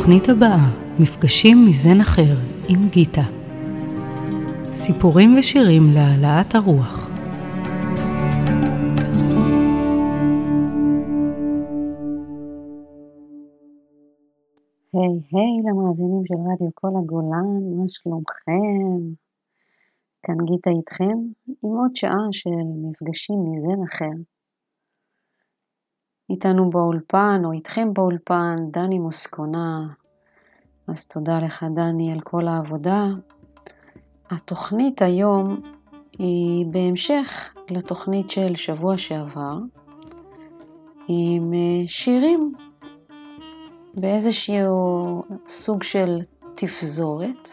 בתוכנית הבאה, מפגשים מזן אחר עם גיטה. סיפורים ושירים להעלאת הרוח. היי למאזינים של רדיו כל הגולן, מה שלומכם? כאן גיטה איתכם עם עוד שעה של מפגשים מזן אחר. איתנו באולפן או איתכם באולפן דני מוסקונה, אז תודה לך דני על כל העבודה. התוכנית היום היא בהמשך לתוכנית של שבוע שעבר, עם שירים באיזשהו סוג של תפזורת,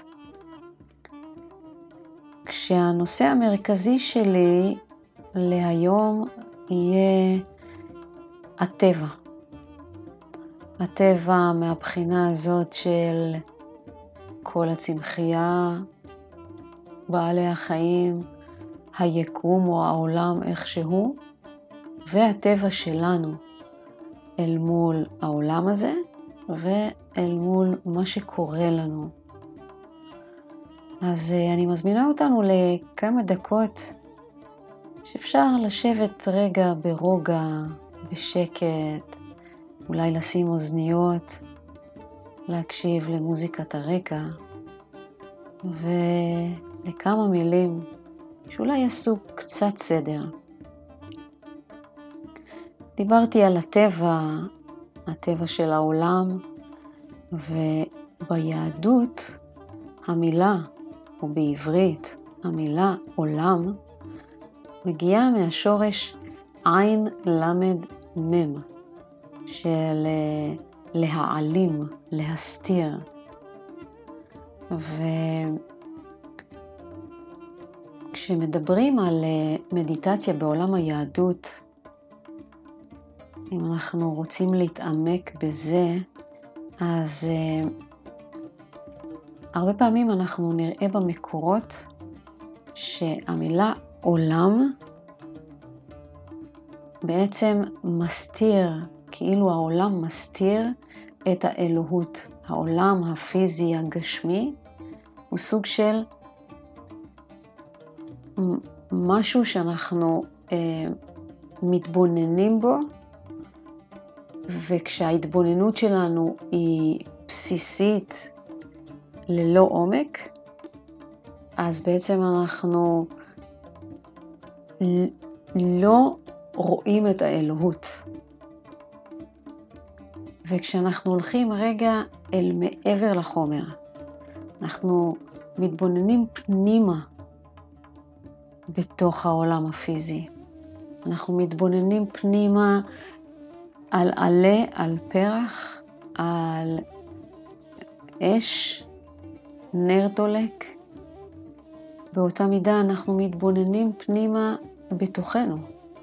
כשהנושא המרכזי שלי להיום יהיה הטבע. הטבע מהבחינה הזאת של כל הצמחייה, בעלי החיים, היקום או העולם איכשהו, והטבע שלנו אל מול העולם הזה ואל מול מה שקורה לנו. אז אני מזמינה אותנו לכמה דקות שאפשר לשבת רגע ברוגע, בשקט, אולי לשים אוזניות, להקשיב למוזיקת הרקע ולכמה מילים שאולי יעשו קצת סדר. דיברתי על הטבע של העולם, וביהדות המילה, או בעברית המילה עולם, מגיעה מהשורש עין למד מם, של להעלים, להסתיר. וכשמדברים על מדיטציה בעולם היהדות, אם אנחנו רוצים להתעמק בזה, אז הרבה פעמים אנחנו נראה במקורות שהמילה עולם בעצם מסתיר, כאילו העולם מסתיר את האלוהות. העולם הפיזי הגשמי הוא סוג של משהו שאנחנו מתבוננים בו, וכשההתבוננות שלנו היא בסיסית ללא עומק, אז בעצם אנחנו לא רואים את האלוהות. וכשאנחנו הולכים רגע אל מעבר לחומר, אנחנו מתבוננים פנימה בתוך העולם הפיזי. אנחנו מתבוננים פנימה על עלה, על פרח, על אש, נר דולק. באותה מידה אנחנו מתבוננים פנימה בתוכנו.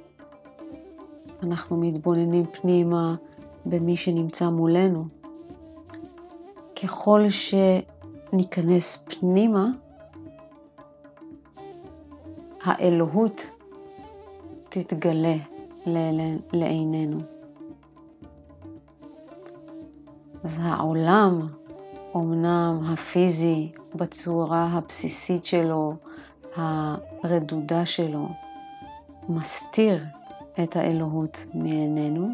אנחנו מתבוננים פנימה במי שנמצא מולנו. ככל שניכנס פנימה, האלוהות תתגלה לעינינו. אז העולם, אמנם הפיזי, בצורה הבסיסית שלו, הרדודה שלו, מסתיר את האלוהות מעינינו,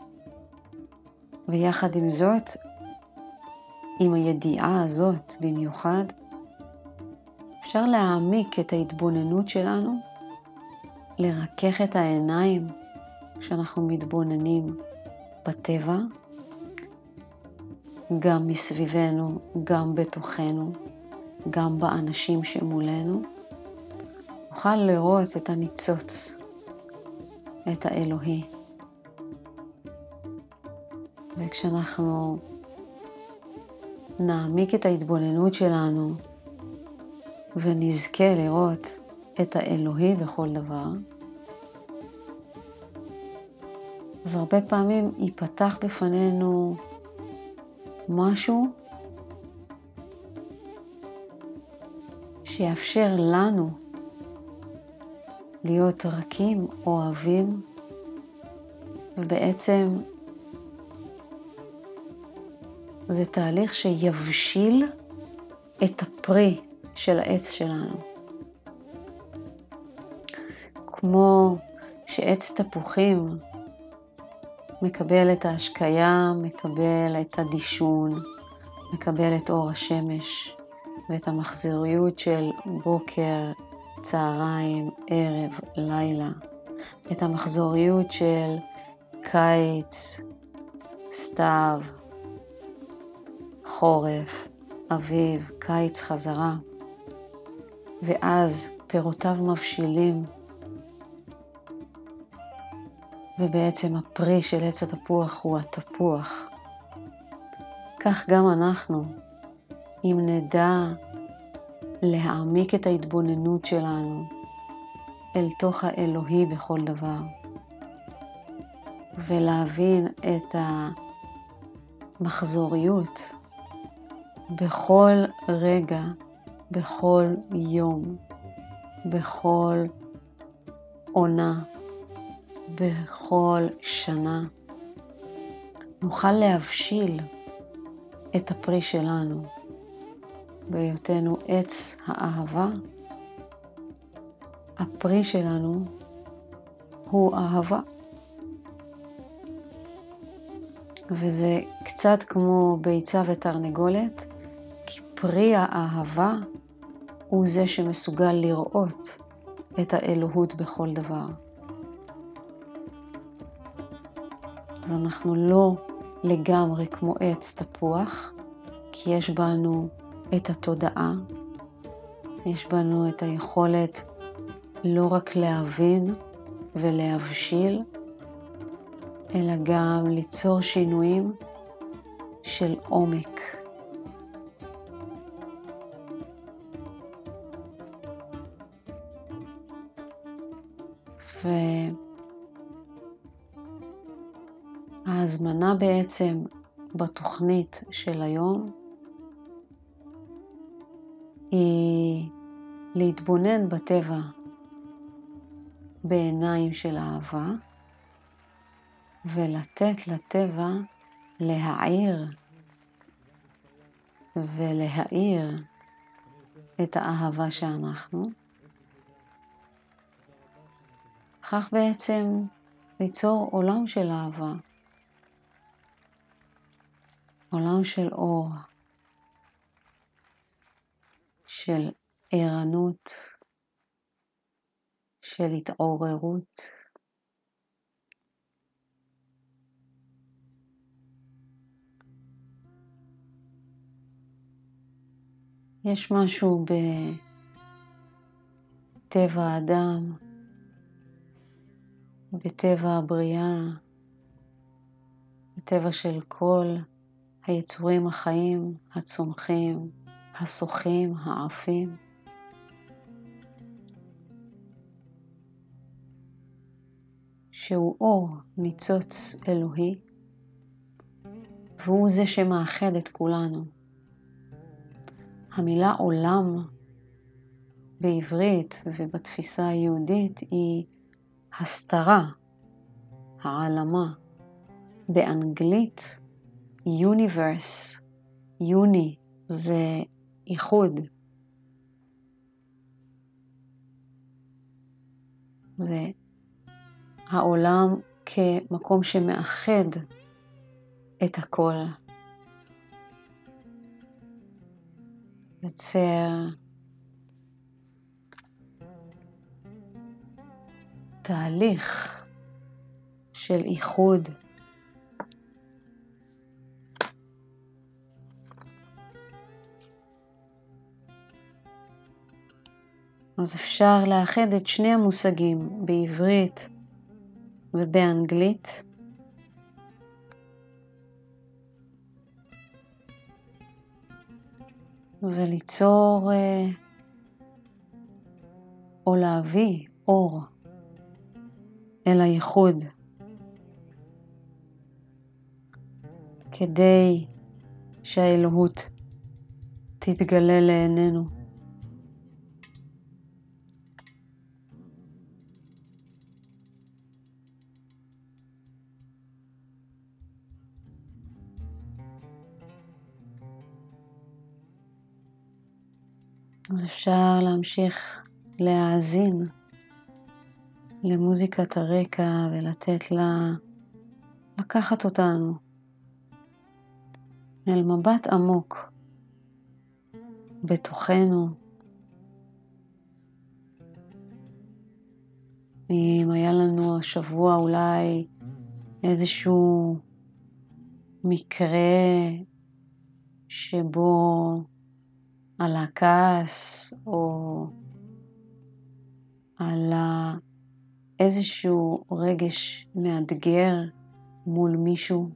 ויחד עם זאת, עם הידיעה הזאת במיוחד, אפשר להעמיק את ההתבוננות שלנו, לרכך את העיניים כשאנחנו מתבוננים בטבע, גם מסביבנו, גם בתוכנו, גם באנשים שמולנו. נוכל לראות את הניצוץ, את האלוהי. וכשאנחנו נעמיק את ההתבוננות שלנו ונזכה לראות את האלוהי בכל דבר, אז הרבה פעמים ייפתח בפנינו משהו שיאפשר לנו להיות רכים, אוהבים, ובעצם זה תהליך שיבשיל את הפרי של העץ שלנו. כמו שעץ תפוחים מקבל את ההשקיה, מקבל את הדישון, מקבל את אור השמש ואת המחזוריות של בוקר, צהריים, ערב, לילה, את המחזוריות של קיץ, סתיו, חורף, אביב, קיץ חזרה, ואז פירותיו מבשילים, ובעצם הפרי של עץ התפוח הוא התפוח. כך גם אנחנו, אם נדע להעמיק את ההתבוננות שלנו אל תוך האלוהי בכל דבר, ולהבין את המחזוריות בכל רגע, בכל יום, בכל עונה, בכל שנה, נוכל להבשיל את הפרי שלנו בהיותנו עץ האהבה. הפרי שלנו הוא אהבה. וזה קצת כמו ביצה ותרנגולת, כי פרי האהבה הוא זה שמסוגל לראות את האלוהות בכל דבר. אז אנחנו לא לגמרי כמו עץ תפוח, כי יש בנו את התודעה, יש בנו את היכולת לא רק להבין ולהבשיל, אלא גם ליצור שינויים של עומק. וההזמנה בעצם בתוכנית של היום היא להתבונן בטבע בעיניים של אהבה, ולתת לטבע להעיר ולהאיר את האהבה שאנחנו. כך בעצם ליצור עולם של אהבה, עולם של אור, של ערנות, של התעוררות. יש משהו בטבע האדם, בטבע הבריאה, בטבע של כל היצורים החיים, הצומחים, השוחים, העפים. שהוא אור ניצוץ אלוהי, והוא זה שמאחד את כולנו. המילה עולם בעברית ובתפיסה היהודית היא הסתרה, העלמה. באנגלית universe, יוני זה איחוד. זה העולם כמקום שמאחד את הכל. יוצר תהליך של איחוד. אז אפשר לאחד את שני המושגים בעברית ובאנגלית. וליצור או להביא אור אל הייחוד, כדי שהאלוהות תתגלה לעינינו. אז אפשר להמשיך להאזין למוזיקת הרקע ולתת לה לקחת אותנו אל מבט עמוק בתוכנו. אם היה לנו השבוע אולי איזשהו מקרה שבו עלה כעס או עלה איזשהו רגש מאתגר מול מישהו,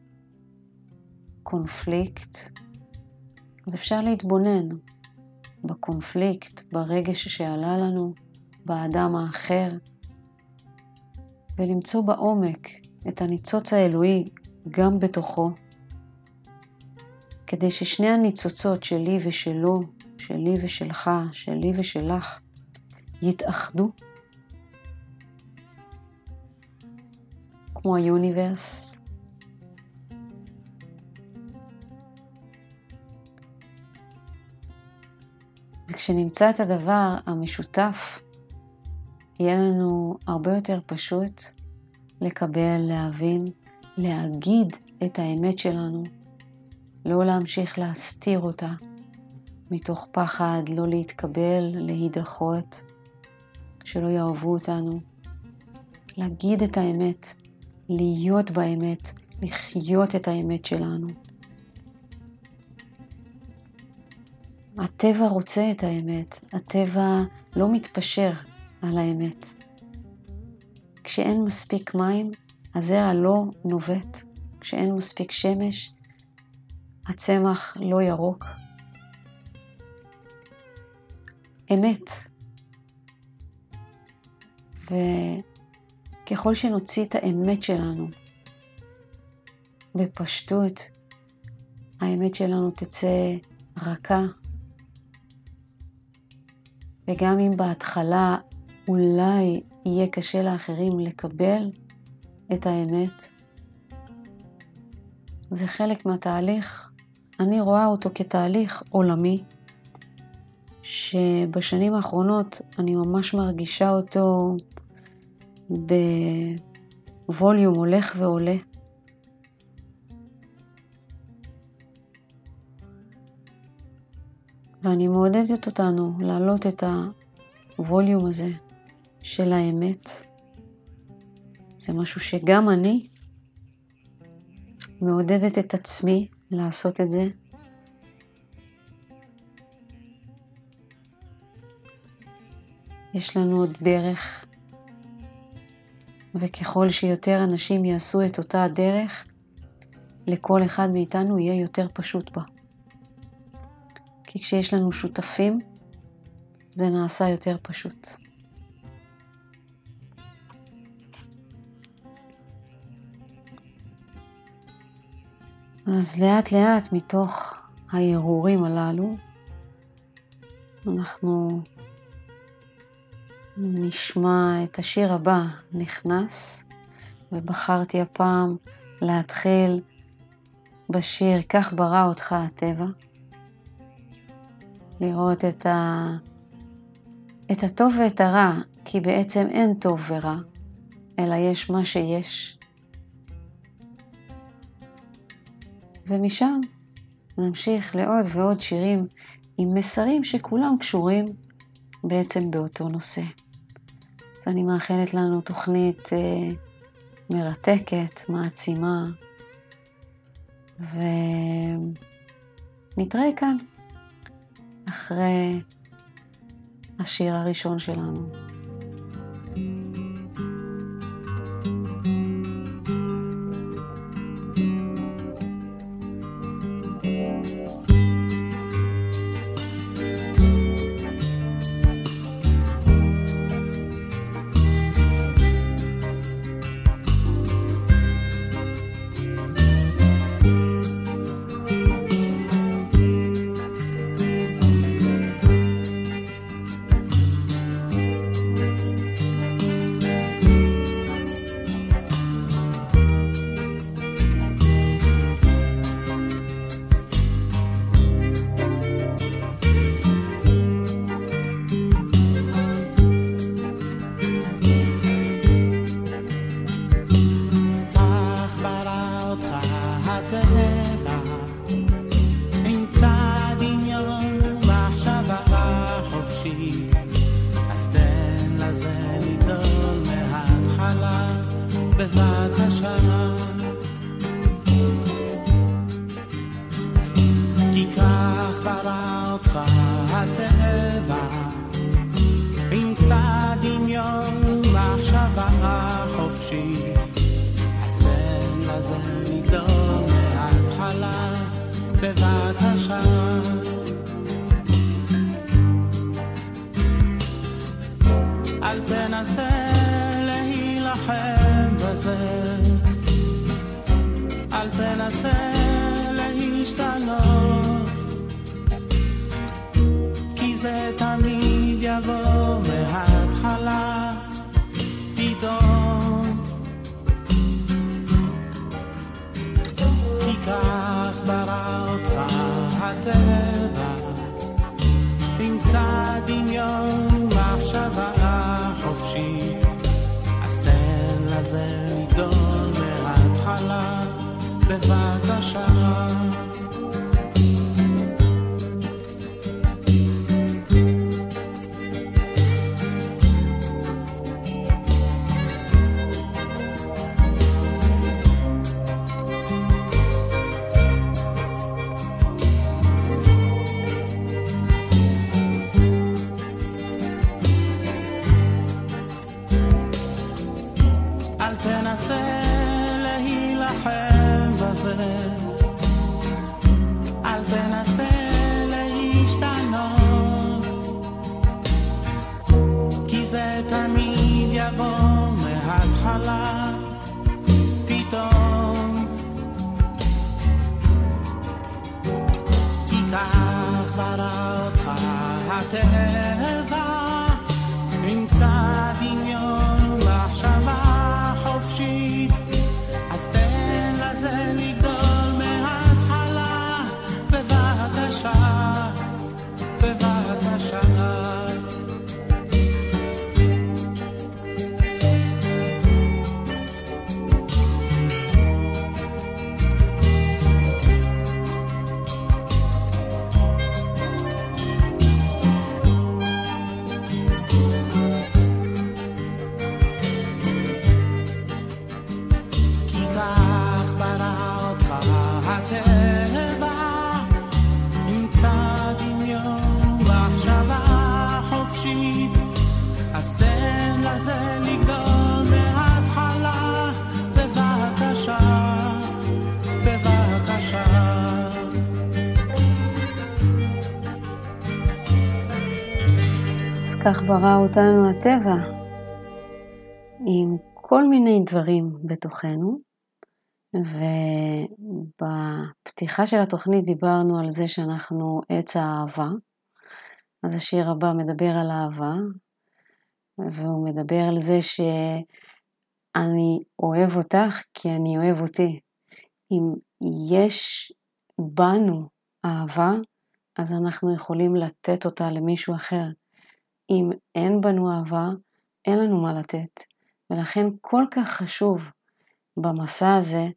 קונפליקט, אז אפשר להתבונן בקונפליקט, ברגש שעלה לנו, באדם האחר, ולמצוא בעומק את הניצוץ האלוהי גם בתוכו, כדי ששני הניצוצות שלי ושלו, שלי ושלך, שלי ושלך, יתאחדו כמו היוניברס. וכשנמצא את הדבר המשותף, יהיה לנו הרבה יותר פשוט לקבל, להבין, להגיד את האמת שלנו, לא להמשיך להסתיר אותה, מתוך פחד, לא להתקבל, להידחות, שלא יאהבו אותנו. להגיד את האמת, להיות באמת, לחיות את האמת שלנו. הטבע רוצה את האמת, הטבע לא מתפשר על האמת. כשאין מספיק מים, הזרע לא נובט. כשאין מספיק שמש, הצמח לא ירוק. אמת. וככל שנוציא את האמת שלנו בפשטות, האמת שלנו תצא רכה. וגם אם בהתחלה אולי יהיה קשה לאחרים לקבל את האמת, זה חלק מהתהליך. אני רואה אותו כתהליך עולמי, שבשנים האחרונות אני ממש מרגישה אותו בווליום הולך ועולה. ואני מעודדת אותנו להעלות את הווליום הזה של האמת. זה משהו שגם אני מעודדת את עצמי לעשות את זה. יש לנו עוד דרך, וככל שיותר אנשים יעשו את אותה הדרך, לכל אחד מאיתנו יהיה יותר פשוט בה. כי כשיש לנו שותפים, זה נעשה יותר פשוט. אז לאט לאט מתוך ההרהורים הללו, אנחנו נשמע את השיר הבא נכנס, ובחרתי הפעם להתחיל בשיר כך ברא אותך הטבע. לראות את הטוב ואת הרע, כי בעצם אין טוב ורע, אלא יש מה שיש. ומשם נמשיך לעוד ועוד שירים עם מסרים שכולם קשורים בעצם באותו נושא. אז אני מאחלת לנו תוכנית מרתקת, מעצימה, ונתראה כאן אחרי השיר הראשון שלנו. בבקשה. אל תנסה להילחם בזה, אל תנסה להשתנות, כי זה תמיד יבוא מההתחלה פתאום, כי כך ברא אותך הטבע, ימצא דמיון ומחשבה חופשית, אז תן לזה לגדול מההתחלה בבקשה. אל תנסה להשתנות, כי זה תמיד יבוא מההתחלה פתאום, כי כך ברא אותך הטבע, ימצא דמיון ומחשבה חופשית, אז תן לזה לגדול מההתחלה בבקשה, בבקשה. אז תן לזה לגדול מההתחלה בבקשה, בבקשה. אז כך ברא אותנו הטבע, עם כל מיני דברים בתוכנו, ובפתיחה של התוכנית דיברנו על זה שאנחנו עץ האהבה, אז השיר הבא מדבר על אהבה, והוא מדבר על זה שאני אוהב אותך כי אני אוהב אותי. אם יש בנו אהבה, אז אנחנו יכולים לתת אותה למישהו אחר. אם אין בנו אהבה, אין לנו מה לתת. ולכן כל כך חשוב במסע הזה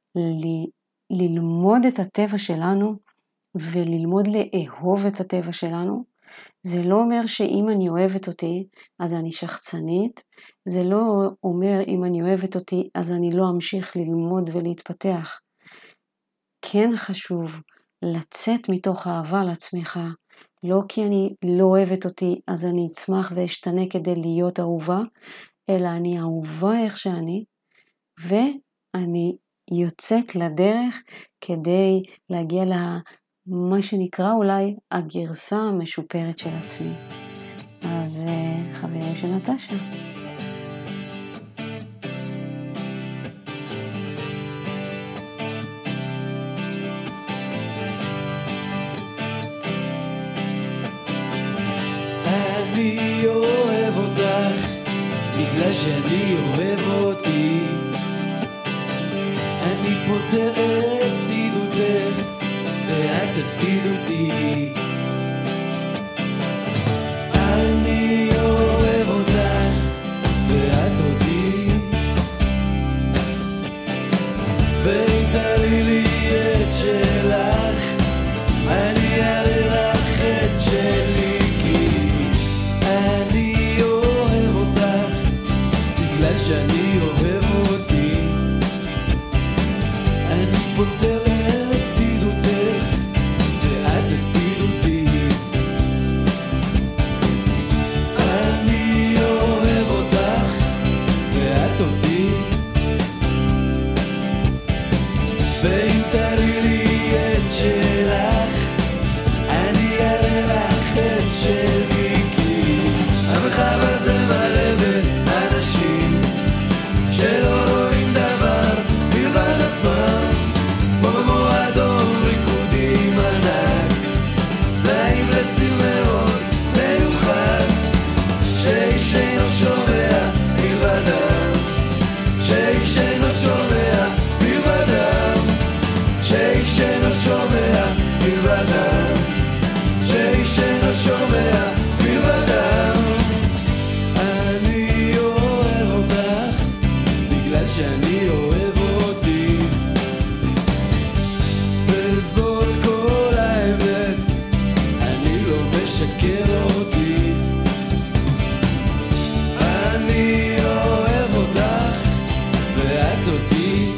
ללמוד את הטבע שלנו, וללמוד לאהוב את הטבע שלנו. זה לא אומר שאם אני אוהבת אותי, אז אני שחצנית. זה לא אומר אם אני אוהבת אותי, אז אני לא אמשיך ללמוד ולהתפתח. כן חשוב לצאת מתוך אהבה לעצמך. לא כי אני לא אוהבת אותי, אז אני אצמח ואשתנה כדי להיות אהובה, אלא אני אהובה איך שאני, ואני יוצאת לדרך כדי להגיע מה שנקרא אולי הגרסה המשופרת של עצמי. אז חברים של נטשה. אני אוהב אותך בגלל שאני אוהב אותי, אני פותר את בדידותך ואת את בדידותי. אני אוהב אותך ואת אותי, ואם תראי לי את שלך אני אראה לך את שלי, כי אני אוהב אותך בגלל שאני אוהב אותי, אני פותר שלך שומע מלבדם. אני אוהב אותך בגלל שאני אוהב אותי, וזאת כל האמת, אני לא משקר אותי. אני אוהב אותך ואת אותי,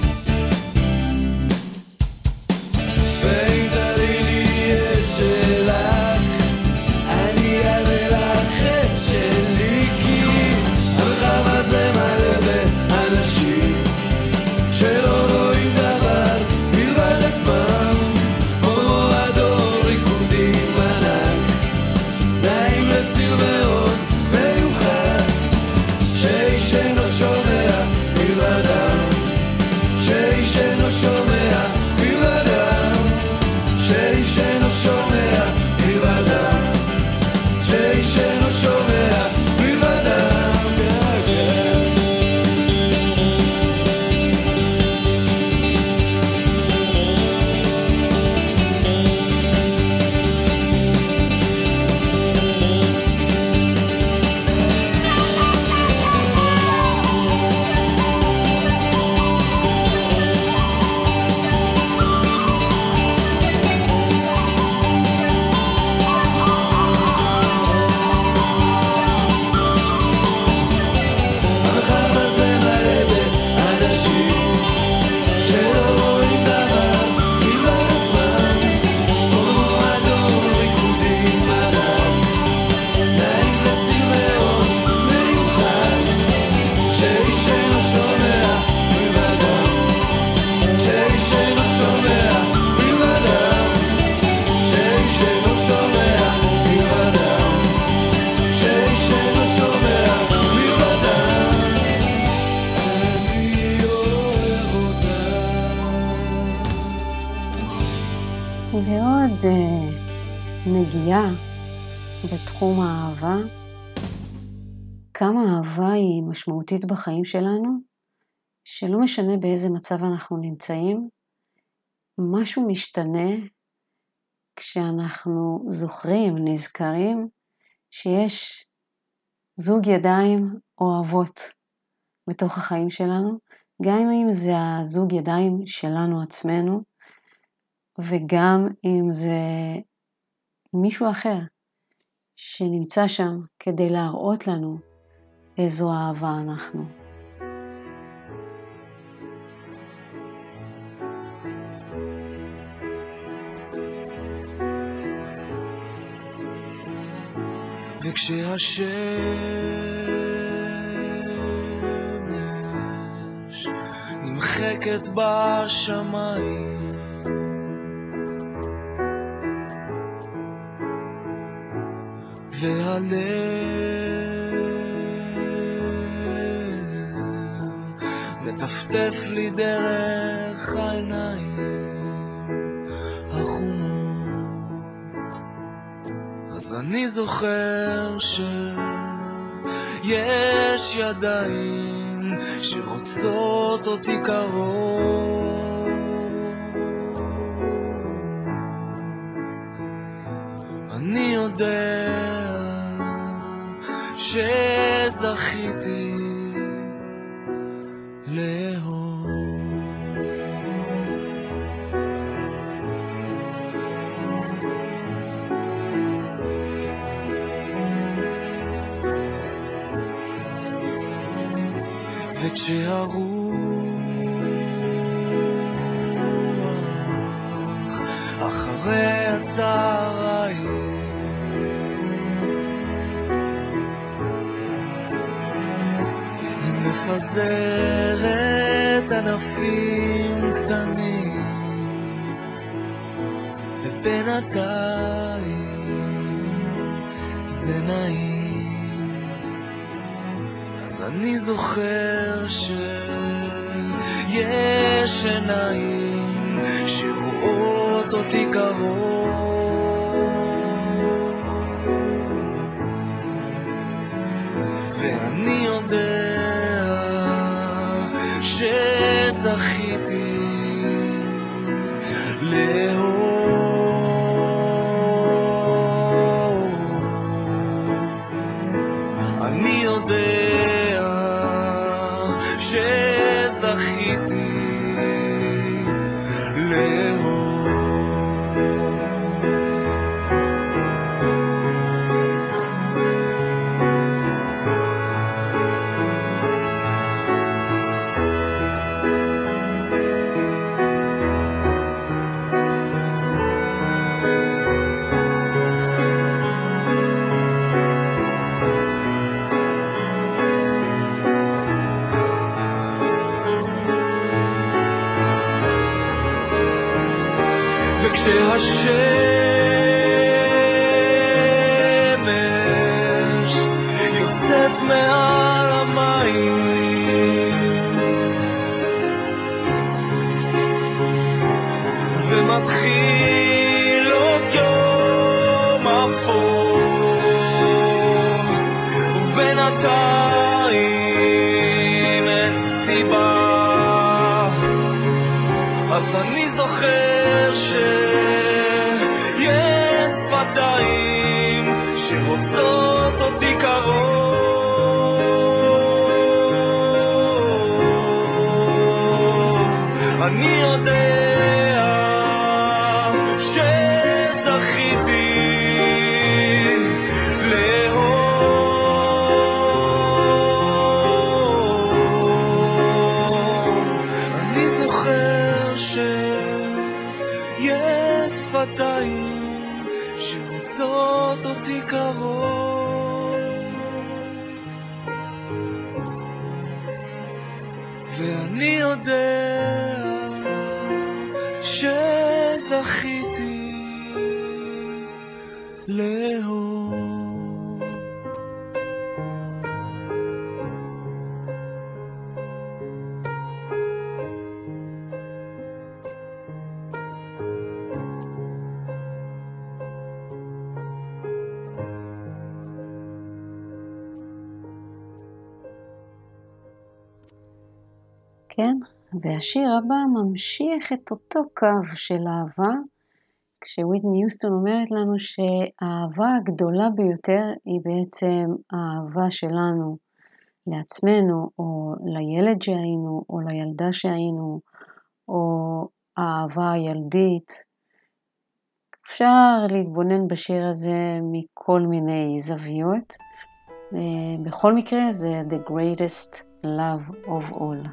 ואם תראי לי את שלך אני אראה לך את שלי, כי המרחב הזה מלא באנשים שלא רואים דבר מלבד עצמם, כמו מועדון ריקודים ענק, נעים לציל מאוד מיוחד, שאיש אינו שומע מלבדם, שאיש אינו שומע מלבדם, שאיש אינו שומע מלבדם, שאיש אינו שומע מלבדם. המרחב הזה מלא באנשים שלא רואים דבר מלבד עצמם, כמו מועדון ריקודים ענק, נעים לשים מאוד מיוחד, שאיש אינו שומע מלבדם, שאיש אינו שומע מלבדם, שאיש אינו שומע מלבדם, שאיש אינו שומע מלבדם. אני אוהב אותך. ועוד נגיעה בתחום האהבה. כמה אהבה היא משמעותית בחיים שלנו, שלא משנה באיזה מצב אנחנו נמצאים, משהו משתנה כשאנחנו זוכרים, נזכרים, שיש זוג ידיים אוהבות בתוך החיים שלנו, גם אם זה הזוג ידיים שלנו עצמנו, וגם אם זה מישהו אחר שנמצא שם כדי להראות לנו איזו אהבה אנחנו. וכשהשמש נמחקת בשמיים, והלב מטפטף לי דרך העיניים החומות, אז אני זוכר שיש ידיים שרוצות אותי קרוב, אני יודע שזכיתי לאהוב. וכשהרוח אחרי הצהריים מפזרת ענפים קטנים, ובינתיים זה נעים, אז אני זוכר שיש עיניים שרואות אותי קרוב, ואני יודע שזכיתי לאהוב. וכשהשמש יוצאת מעל המים ומתחיל עוד יום אפור ובינתיים אין סיבה אז אני זוכר שיש שפתיים שרוצות אותי קרוב אני יודע שזכיתי לאהוב אני זוכר שיש שפתיים שרוצות אותי קרוב ואני יודע שזכיתי לאהוב כן, והשיר הבא ממשיך את אותו קו של אהבה, כשוויטני יוסטון אומרת לנו שהאהבה הגדולה ביותר היא בעצם האהבה שלנו לעצמנו, או לילד שהיינו, או לילדה שהיינו, או האהבה הילדית. אפשר להתבונן בשיר הזה מכל מיני זוויות. בכל מקרה זה The Greatest Love of All.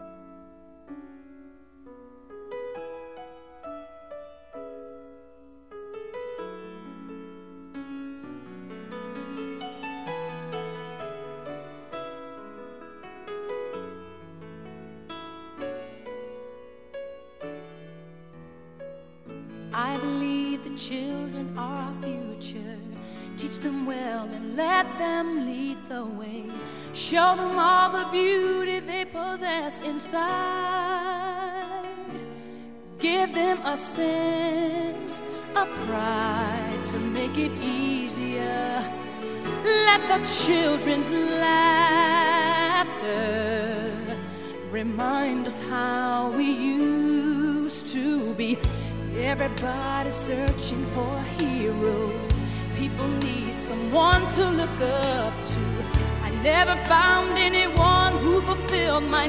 I believe the children are our future. Teach them well and let them lead the way. Show them all the beauty they possess inside. Give them a sense of pride to make it easier. Let the children's laughter remind us how we used to be. Everybody's searching for a hero. People need someone to look up to. I never found anyone who fulfilled my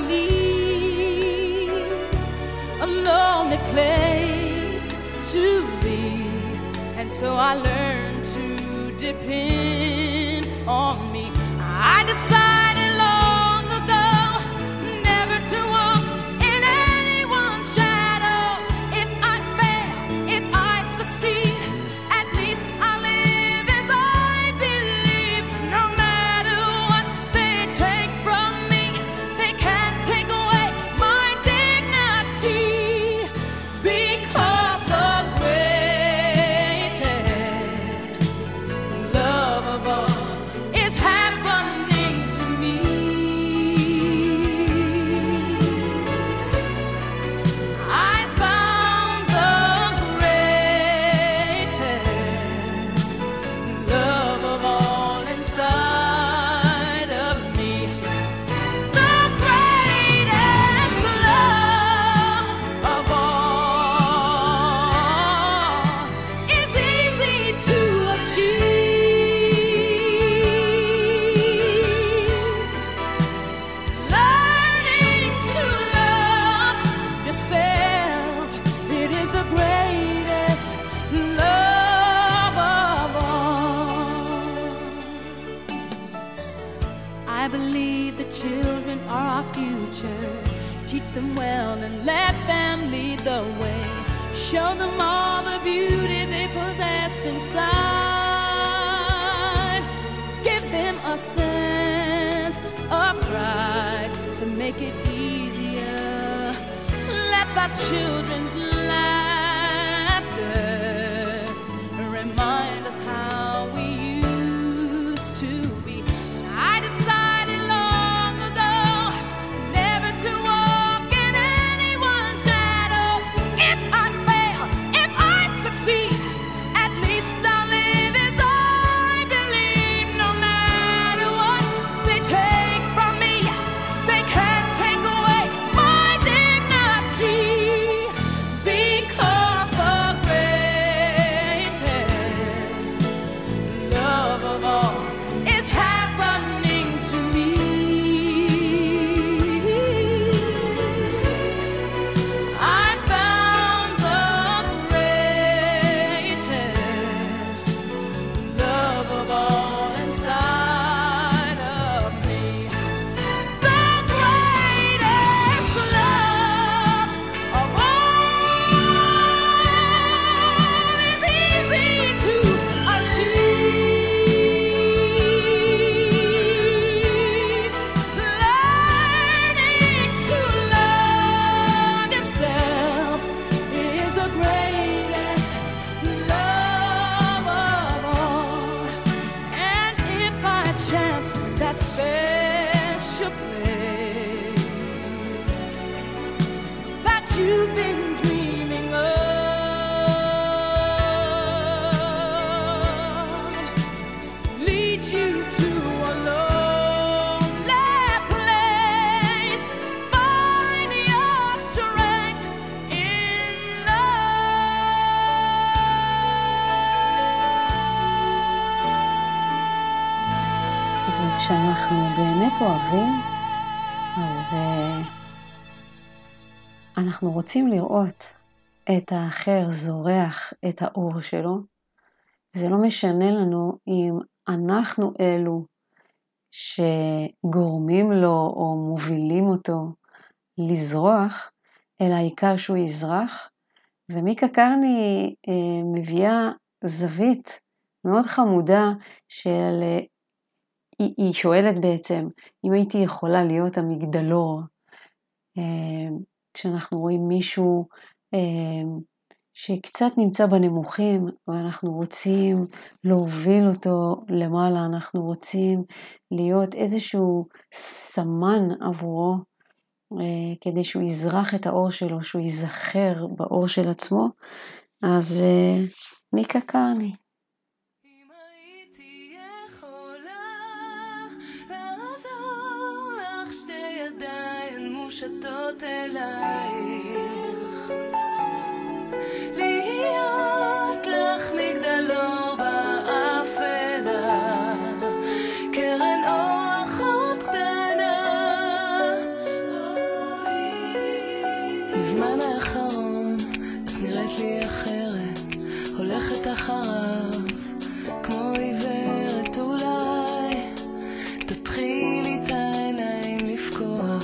needs. A lonely place to be. And so I learned to depend on me. I decided long ago never to walk in anyone's shadows. If I fail, if I succeed, at least I live as I believe. No matter what they take from me, they can't take away my dignity. Because the greatest love of all is happening to me. I found the greatest love of all inside of me. The greatest love of all is easy to achieve. Learning to love yourself, it is the greatest love of all. I believe the children are our future. Teach them well and let them lead the way. Show them all the beauty they possess inside. Give them a sense of pride to make it easier. Let the children's laughter כשאנחנו באמת אוהבים, אז אנחנו רוצים לראות את האחר זורח את האור שלו, וזה לא משנה לנו אם אנחנו אלו שגורמים לו או מובילים אותו לזרוח, אלא העיקר שהוא יזרח. ומיקה קרני מביאה זווית מאוד חמודה היא שואלת בעצם, אם הייתי יכולה להיות המגדלור, כשאנחנו רואים מישהו שקצת נמצא בנמוכים, ואנחנו רוצים להוביל אותו למעלה, אנחנו רוצים להיות איזשהו סמן עבורו, כדי שהוא יזרח את האור שלו, שהוא ייזכר באור של עצמו, אז מיקה קרני. מושטות אלייך, להיות לך מגדלור באפלה, קרן אור אחות קטנה. בזמן האחרון את נראית לי אחרת, הולכת אחריו כמו עיוורת, אולי תתחילי את העיניים לפקוח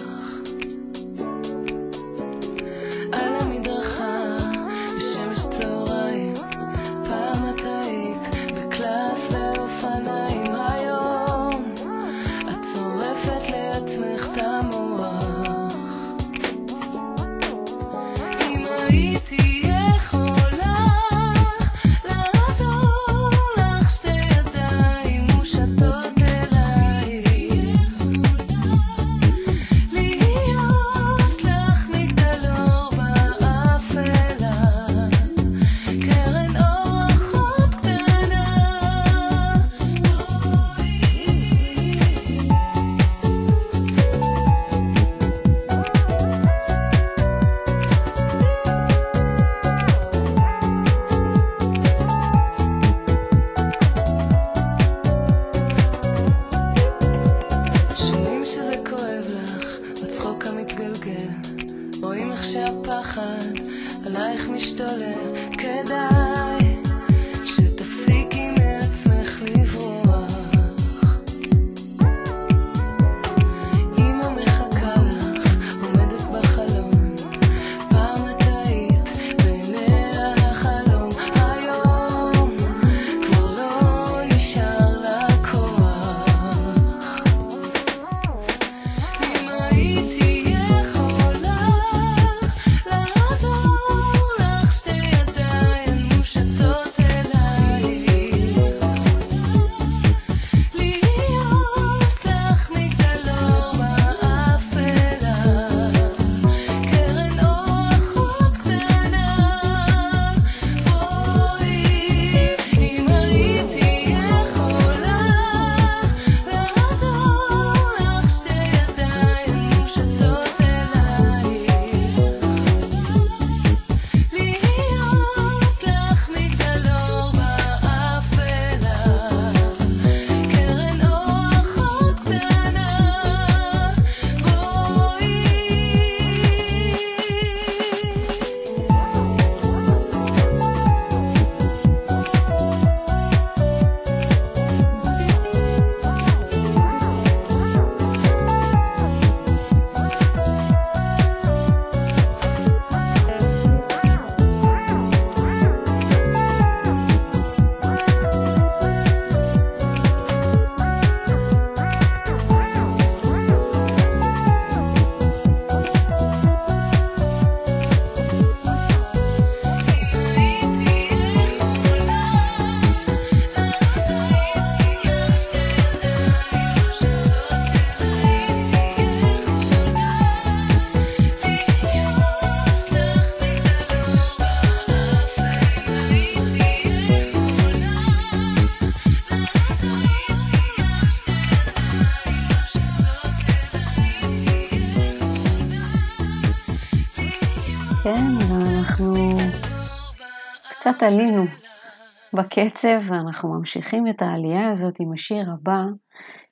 קצת עלינו בקצב, ואנחנו ממשיכים את העלייה הזאת עם השיר הבא,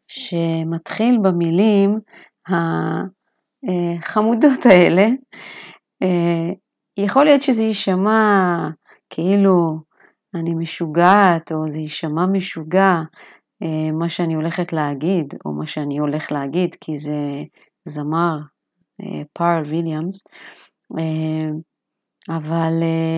שמתחיל במילים החמודות האלה. יכול להיות שזה יישמע כאילו אני משוגעת, או זה יישמע משוגע, מה שאני הולכת להגיד, או מה שאני הולך להגיד, כי זה זמר, פארל ויליאמס, אבל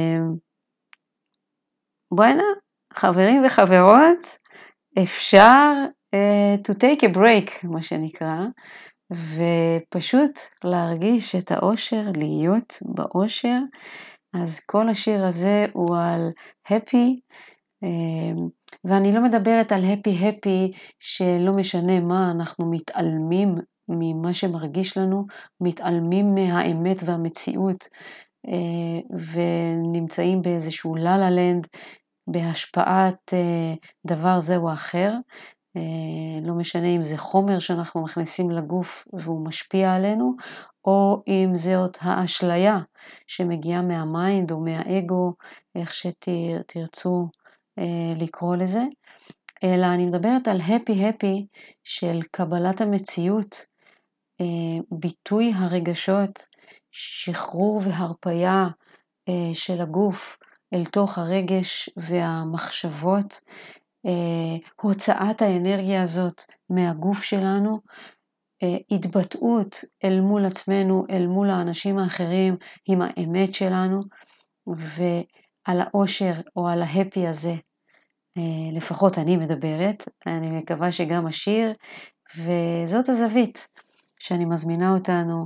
בואנה, חברים וחברות, אפשר to take a break, מה שנקרא, ופשוט להרגיש את האושר, להיות באושר. אז כל השיר הזה הוא על happy, ואני לא מדברת על happy שלא משנה מה, אנחנו מתעלמים ממה שמרגיש לנו, מתעלמים מהאמת והמציאות, ונמצאים באיזשהו לה לנד, בהשפעת דבר זה או אחר. לא משנה אם זה חומר שאנחנו מכניסים לגוף והוא משפיע עלינו, או אם זאת האשליה שמגיעה מהמיינד או מהאגו, איך שתרצו לקרוא לזה. אלא אני מדברת על happy של קבלת המציאות, ביטוי הרגשות, שחרור והרפיה של הגוף אל תוך הרגש והמחשבות, הוצאת האנרגיה הזאת מהגוף שלנו, התבטאות אל מול עצמנו, אל מול האנשים האחרים, עם האמת שלנו, ועל האושר או על ההפי הזה, לפחות אני מדברת, אני מקווה שגם השיר, וזאת הזווית שאני מזמינה אותנו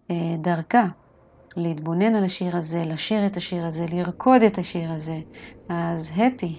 דרכה, להתבונן על השיר הזה, לשיר את השיר הזה, לרקוד את השיר הזה, אז happy.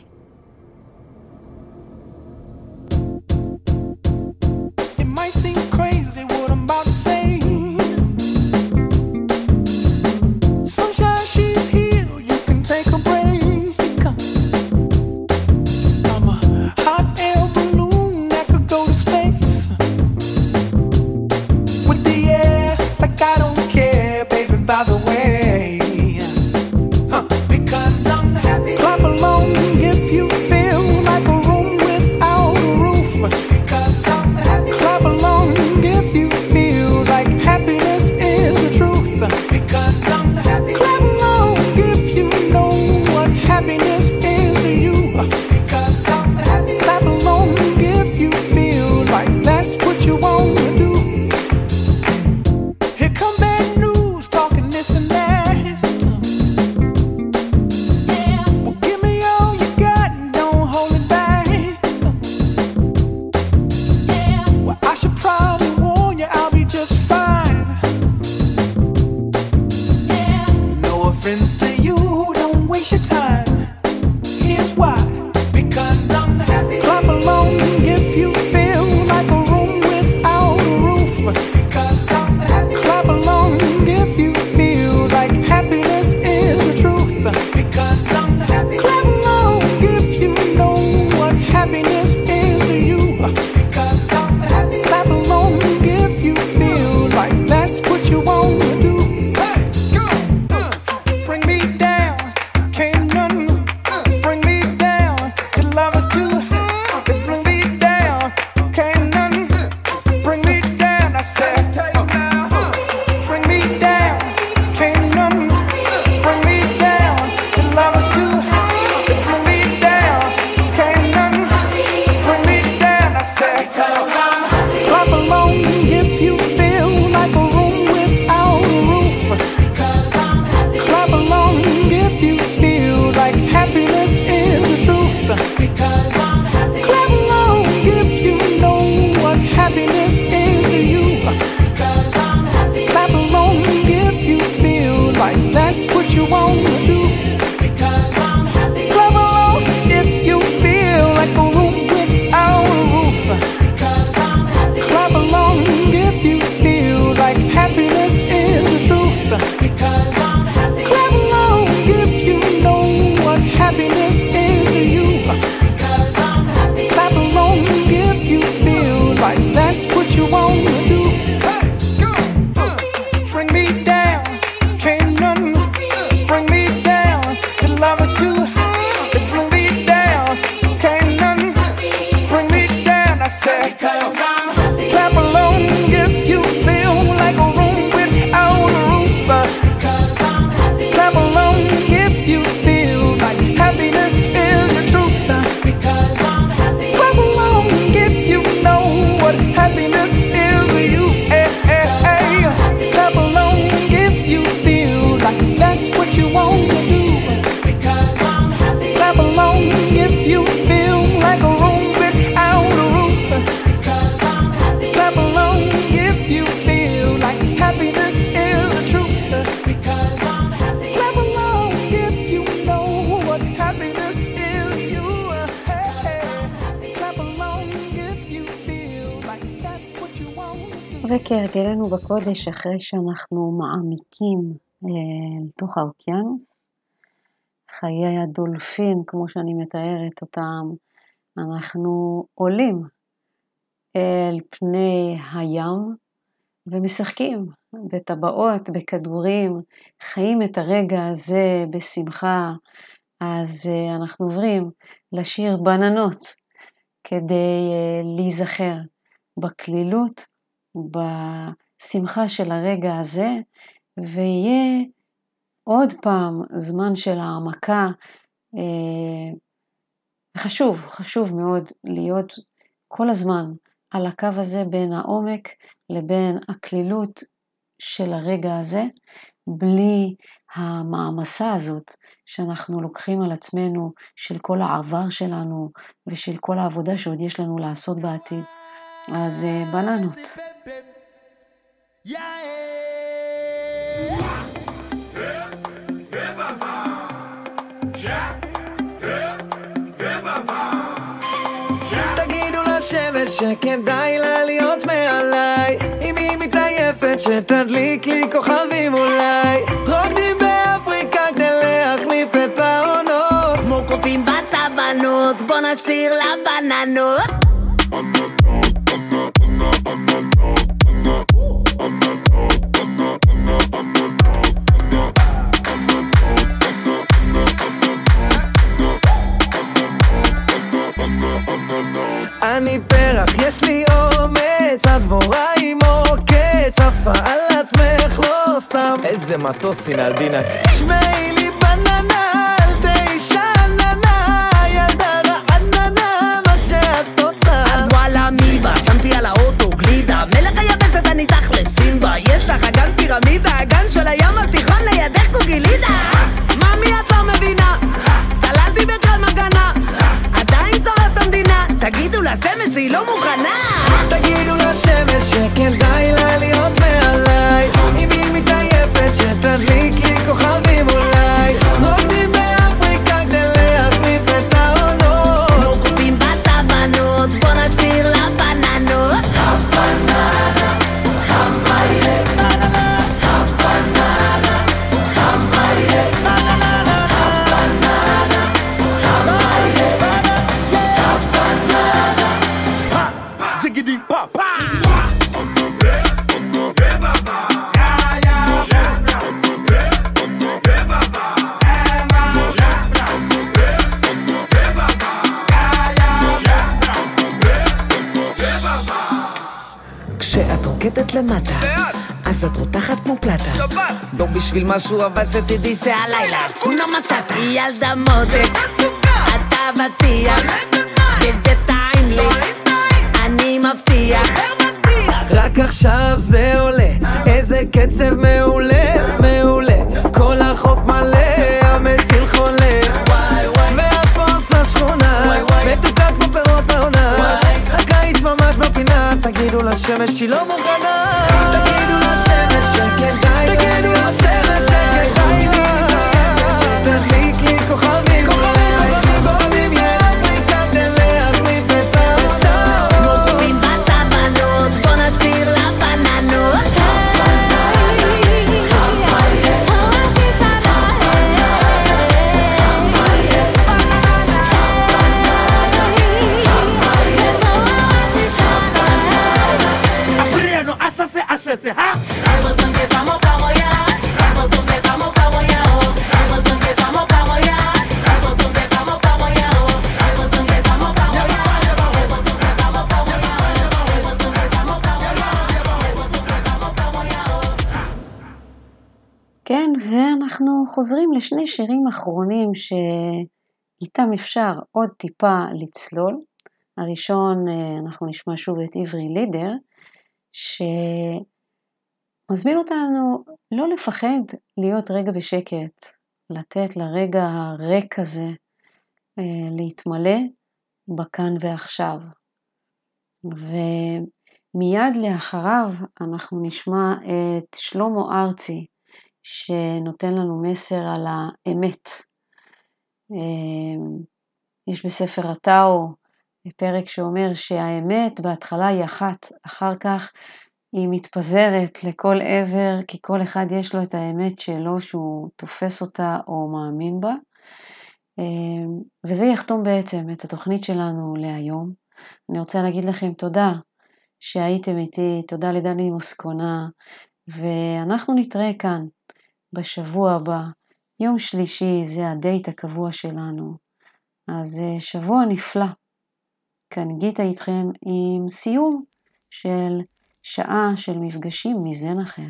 Say because I'm happy. Clap along if you feel like a room without a roof. Because I'm happy. Clap along if you feel like happiness is the truth. Because I'm happy. Clap along if you know what happiness is to you. Clap along if you feel like that's what you want to do. Because I'm happy. Clap along if you feel like a room without a roof. Because I'm happy. Clap along if you feel like happiness is the truth. Because I'm happy. Clap along if you know what happiness is to you. Clap along if you feel like that's what you want to do. וכהרגלנו בקודש, אחרי שאנחנו מעמיקים לתוך האוקיינוס, חיי הדולפין, כמו שאני מתארת אותם, אנחנו עולים אל פני הים ומשחקים בטבעות, בכדורים, חיים את הרגע הזה בשמחה. אז אנחנו עוברים לשיר בננות כדי להיזכר בכלילות, בשמחה של הרגע הזה, ויהיה עוד פעם זמן של העמקה. חשוב מאוד להיות כל הזמן על הקו הזה בין העומק לבין הכלילות של הרגע הזה, בלי המעמסה הזאת שאנחנו לוקחים על עצמנו, של כל העבר שלנו ושל כל העבודה שעוד יש לנו לעשות בעתיד. אז בננות. תגידו לשמש שכדאי לה להיות מעליי, אם היא מתעייפת שתדליק לי כוכבים אולי, רוקדים באפריקה כדי להחליף את העונות, כמו קופים בסבנות, בוא נשאיר לה בננות. אני פרח, יש לי אומץ, הדבורה עם עוקץ, עפה על עצמך לא סתם, איזה מטוס סינלדינה. שמעי לי בננה, אל תישננה, ילדה רעננה, מה שאת עושה. אז וואלה מי בא, שמתי על האוטו גלידה, מלך היבשת אני תכלסים בה, יש לך אגן פירמידה, אגן של הים התיכון לידך קוגלידה. ממי את לא מבינה, סללתי בקרב מגנה, עדיין צורף את המדינה, תגידו לשמש שהיא לא מוכנה. תגידו לשמש שכדאי לה להיות מעליי, אם היא מתעייפת שתדליק לי כוכבים אולי, רוקדים באפריקה כדי להחליף את העונות, כמו קופים בסבנות, בוא נשאיר לה בננות. הבננה, חמה יהיה. הבננה, חמה יהיה. הבננה, חמה יהיה. הבננה. זיגידי פאפה. כשאת רוקדת למטה, אז את רותחת כמו פלטה, לא בשביל משהו אבל שתדעי שהלילה כונה מטאטה. ילדה מותק, את אבטיח, וזה טעים לי, אני מבטיח. רק עכשיו זה עולה, איזה קצב מעולה, מעולה, כל החוף מלא, המציל חולה, והפוס לשכונה, מתוקה כמו פירות העונה, הקיץ ממש בפינה, תגידו לשמש שהיא לא מוכנה. תגידו לשמש שכדאי, תגידו לשמש שכדאי לי, שתדליק לי כוכבים, כוכבים יפריקה כדי להחליף את העונות, כמו קופים בסבנות, בוא נשאיר לה בננות. Aprendo אנחנו חוזרים לשני שירים אחרונים שאיתם אפשר עוד טיפה לצלול. הראשון, אנחנו נשמע שוב את עברי לידר, שמזמין אותנו לא לפחד להיות רגע בשקט, לתת לרגע הריק הזה להתמלא בכאן ועכשיו. ומיד לאחריו אנחנו נשמע את שלמה ארצי, שנותן לנו מסר על האמת. יש בספר התאו פרק שאומר שהאמת בהתחלה היא אחת, אחר כך היא מתפזרת לכל עבר, כי כל אחד יש לו את האמת שלו שהוא תופס אותה או מאמין בה. וזה יחתום בעצם את התוכנית שלנו להיום. אני רוצה להגיד לכם תודה שהייתם איתי, תודה לדני מוסקונה, ואנחנו נתראה כאן בשבוע הבא, יום שלישי, זה הדייט הקבוע שלנו. אז שבוע נפלא. כאן גיטה איתכם עם סיום של שעה של מפגשים מזן אחר.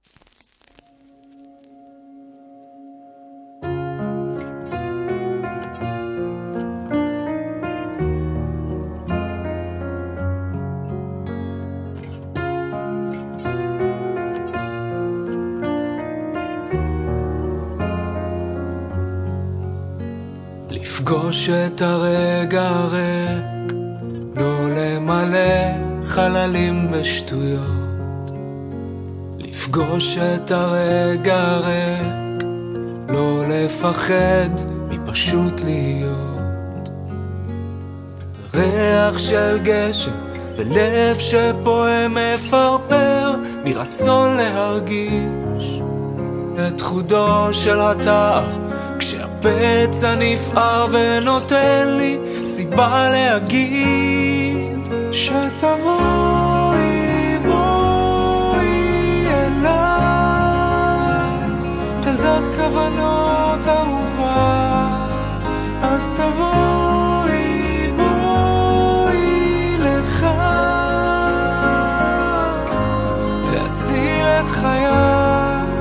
לפגוש את הרגע הריק, לא למלא חללים בשטויות. לפגוש את הרגע הריק, לא לפחד מפשוט להיות. ריח של גשם ולב שפועם מפרפר מרצון להרגיש את חודו של התא, כשהפצע נפער ונותן לי סיבה להגיד שתבואי בואי אליי, ילדת כוונות אהובה, אז תבואי בואי לך להציל את חיי.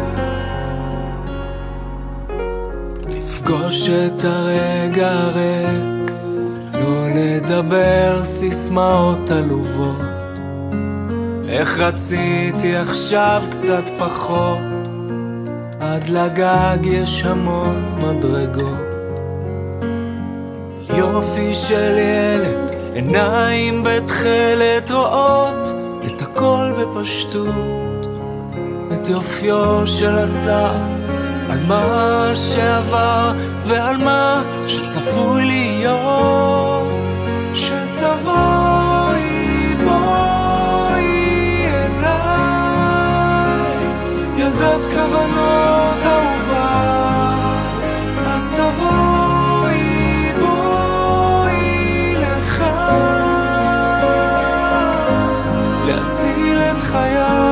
לפגוש את הרגע הריק, לא לדבר סיסמאות עלובות. איך רציתי עכשיו קצת פחות, עד לגג יש המון מדרגות. יופי של ילד, עיניים בתחילת רואות את הכל בפשטות, את יופיו של הצער, על מה שעבר ועל מה שצפוי להיות. שתבואי בואי אליי, ילדת כוונות אהובה, אז תבואי בואי לך להציל את חיי.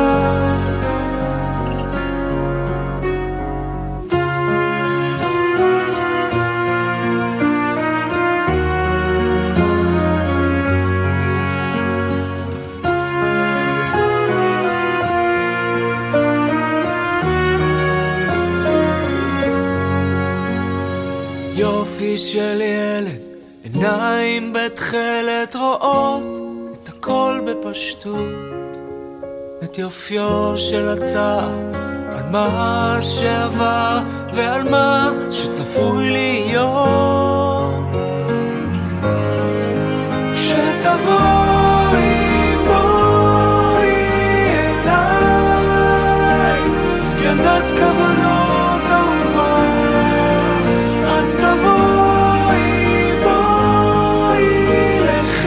יופי של ילד, עיניים בתחילת רואות את הכל בפשטות, את יופיו של הצער, על מה שעבר ועל מה שצפוי להיות. כשתבואי בואי אליי, ילדת כוונות אהובה, אז תבואי בואי לך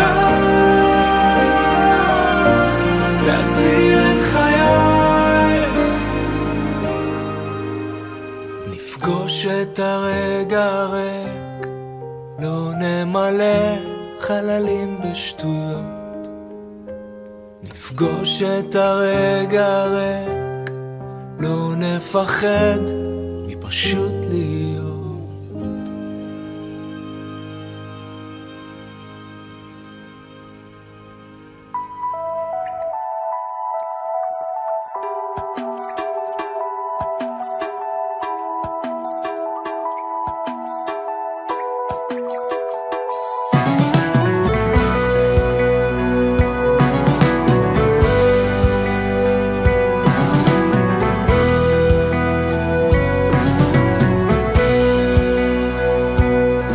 להציל את חיי. נפגוש את הרגע הריק, לא נמלא חללים בשטויות. נפגוש את הרגע הריק, לא נפחד מפשוט להיות.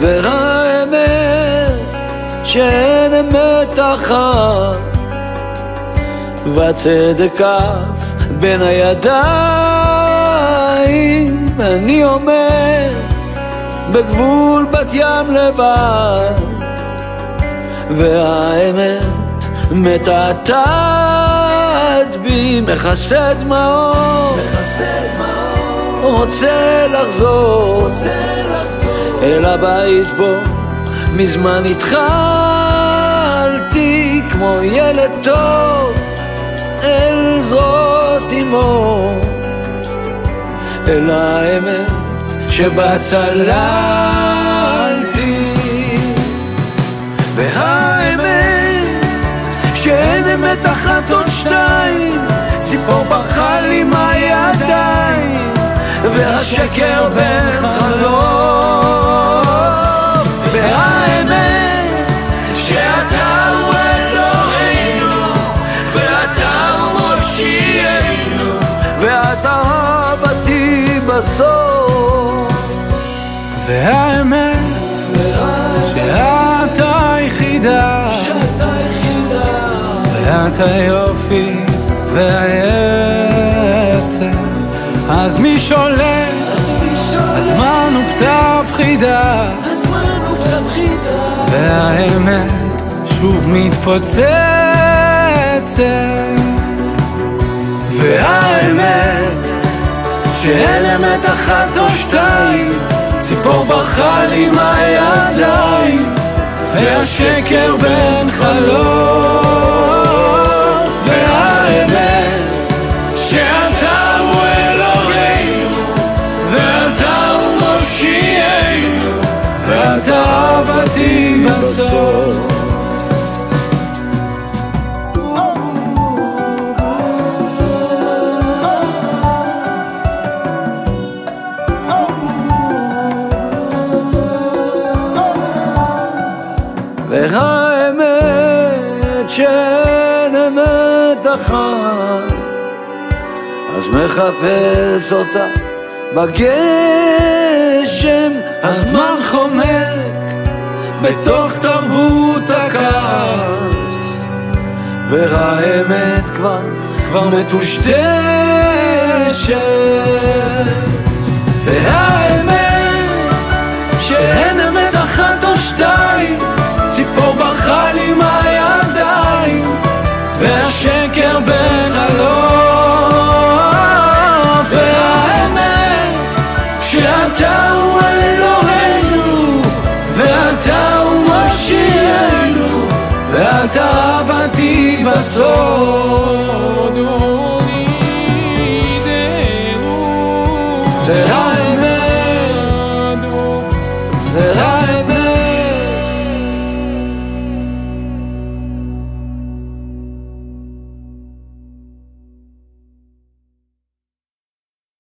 והאמת שאין אמת אחת, והצדק אף בין הידיים. אני עומד בגבול בת ים לבד, והאמת מתעתעת בי, מכסה דמעות, רוצה לחזור אל הבית בו מזמן התחלתי, כמו ילד טוב אל זרועות אמו, אל האמת שבה צללתי. והאמת שאין אמת אחת עוד שתיים, ציפור ברחה לי מהידיים, והשקר בין חלום. והאמת שאתה הוא אלוהינו, ואתה הוא מושיענו, ואתה אהבתי בסוף. והאמת שאתה היחידה, ואתה יופי והעצב, אז מי שולט? הזמן הוא כתב חידה, והאמת שוב מתפוצצת. והאמת שאין אמת אחת או שתיים, ציפור ברחה לי מהידיים, והשקר בין חלוף. והאמת שאתה הוא אלוהינו, ואתה הוא מושיענו, ואתה אהבתי בסוף. והאמת שאין אמת אחת, אז מחפש אותה בגשם. הזמן חומק בתוך תרבות הכעס, והאמת כבר מטושטשת. והאמת שאין אמת אחת או שתיים, ציפור ברחה לי מהידיים, והשקר בין חלוף. והאמת שאתה הוא אלוהינו, ואתה הוא מושיענו, ואתה אהבתי בסוד.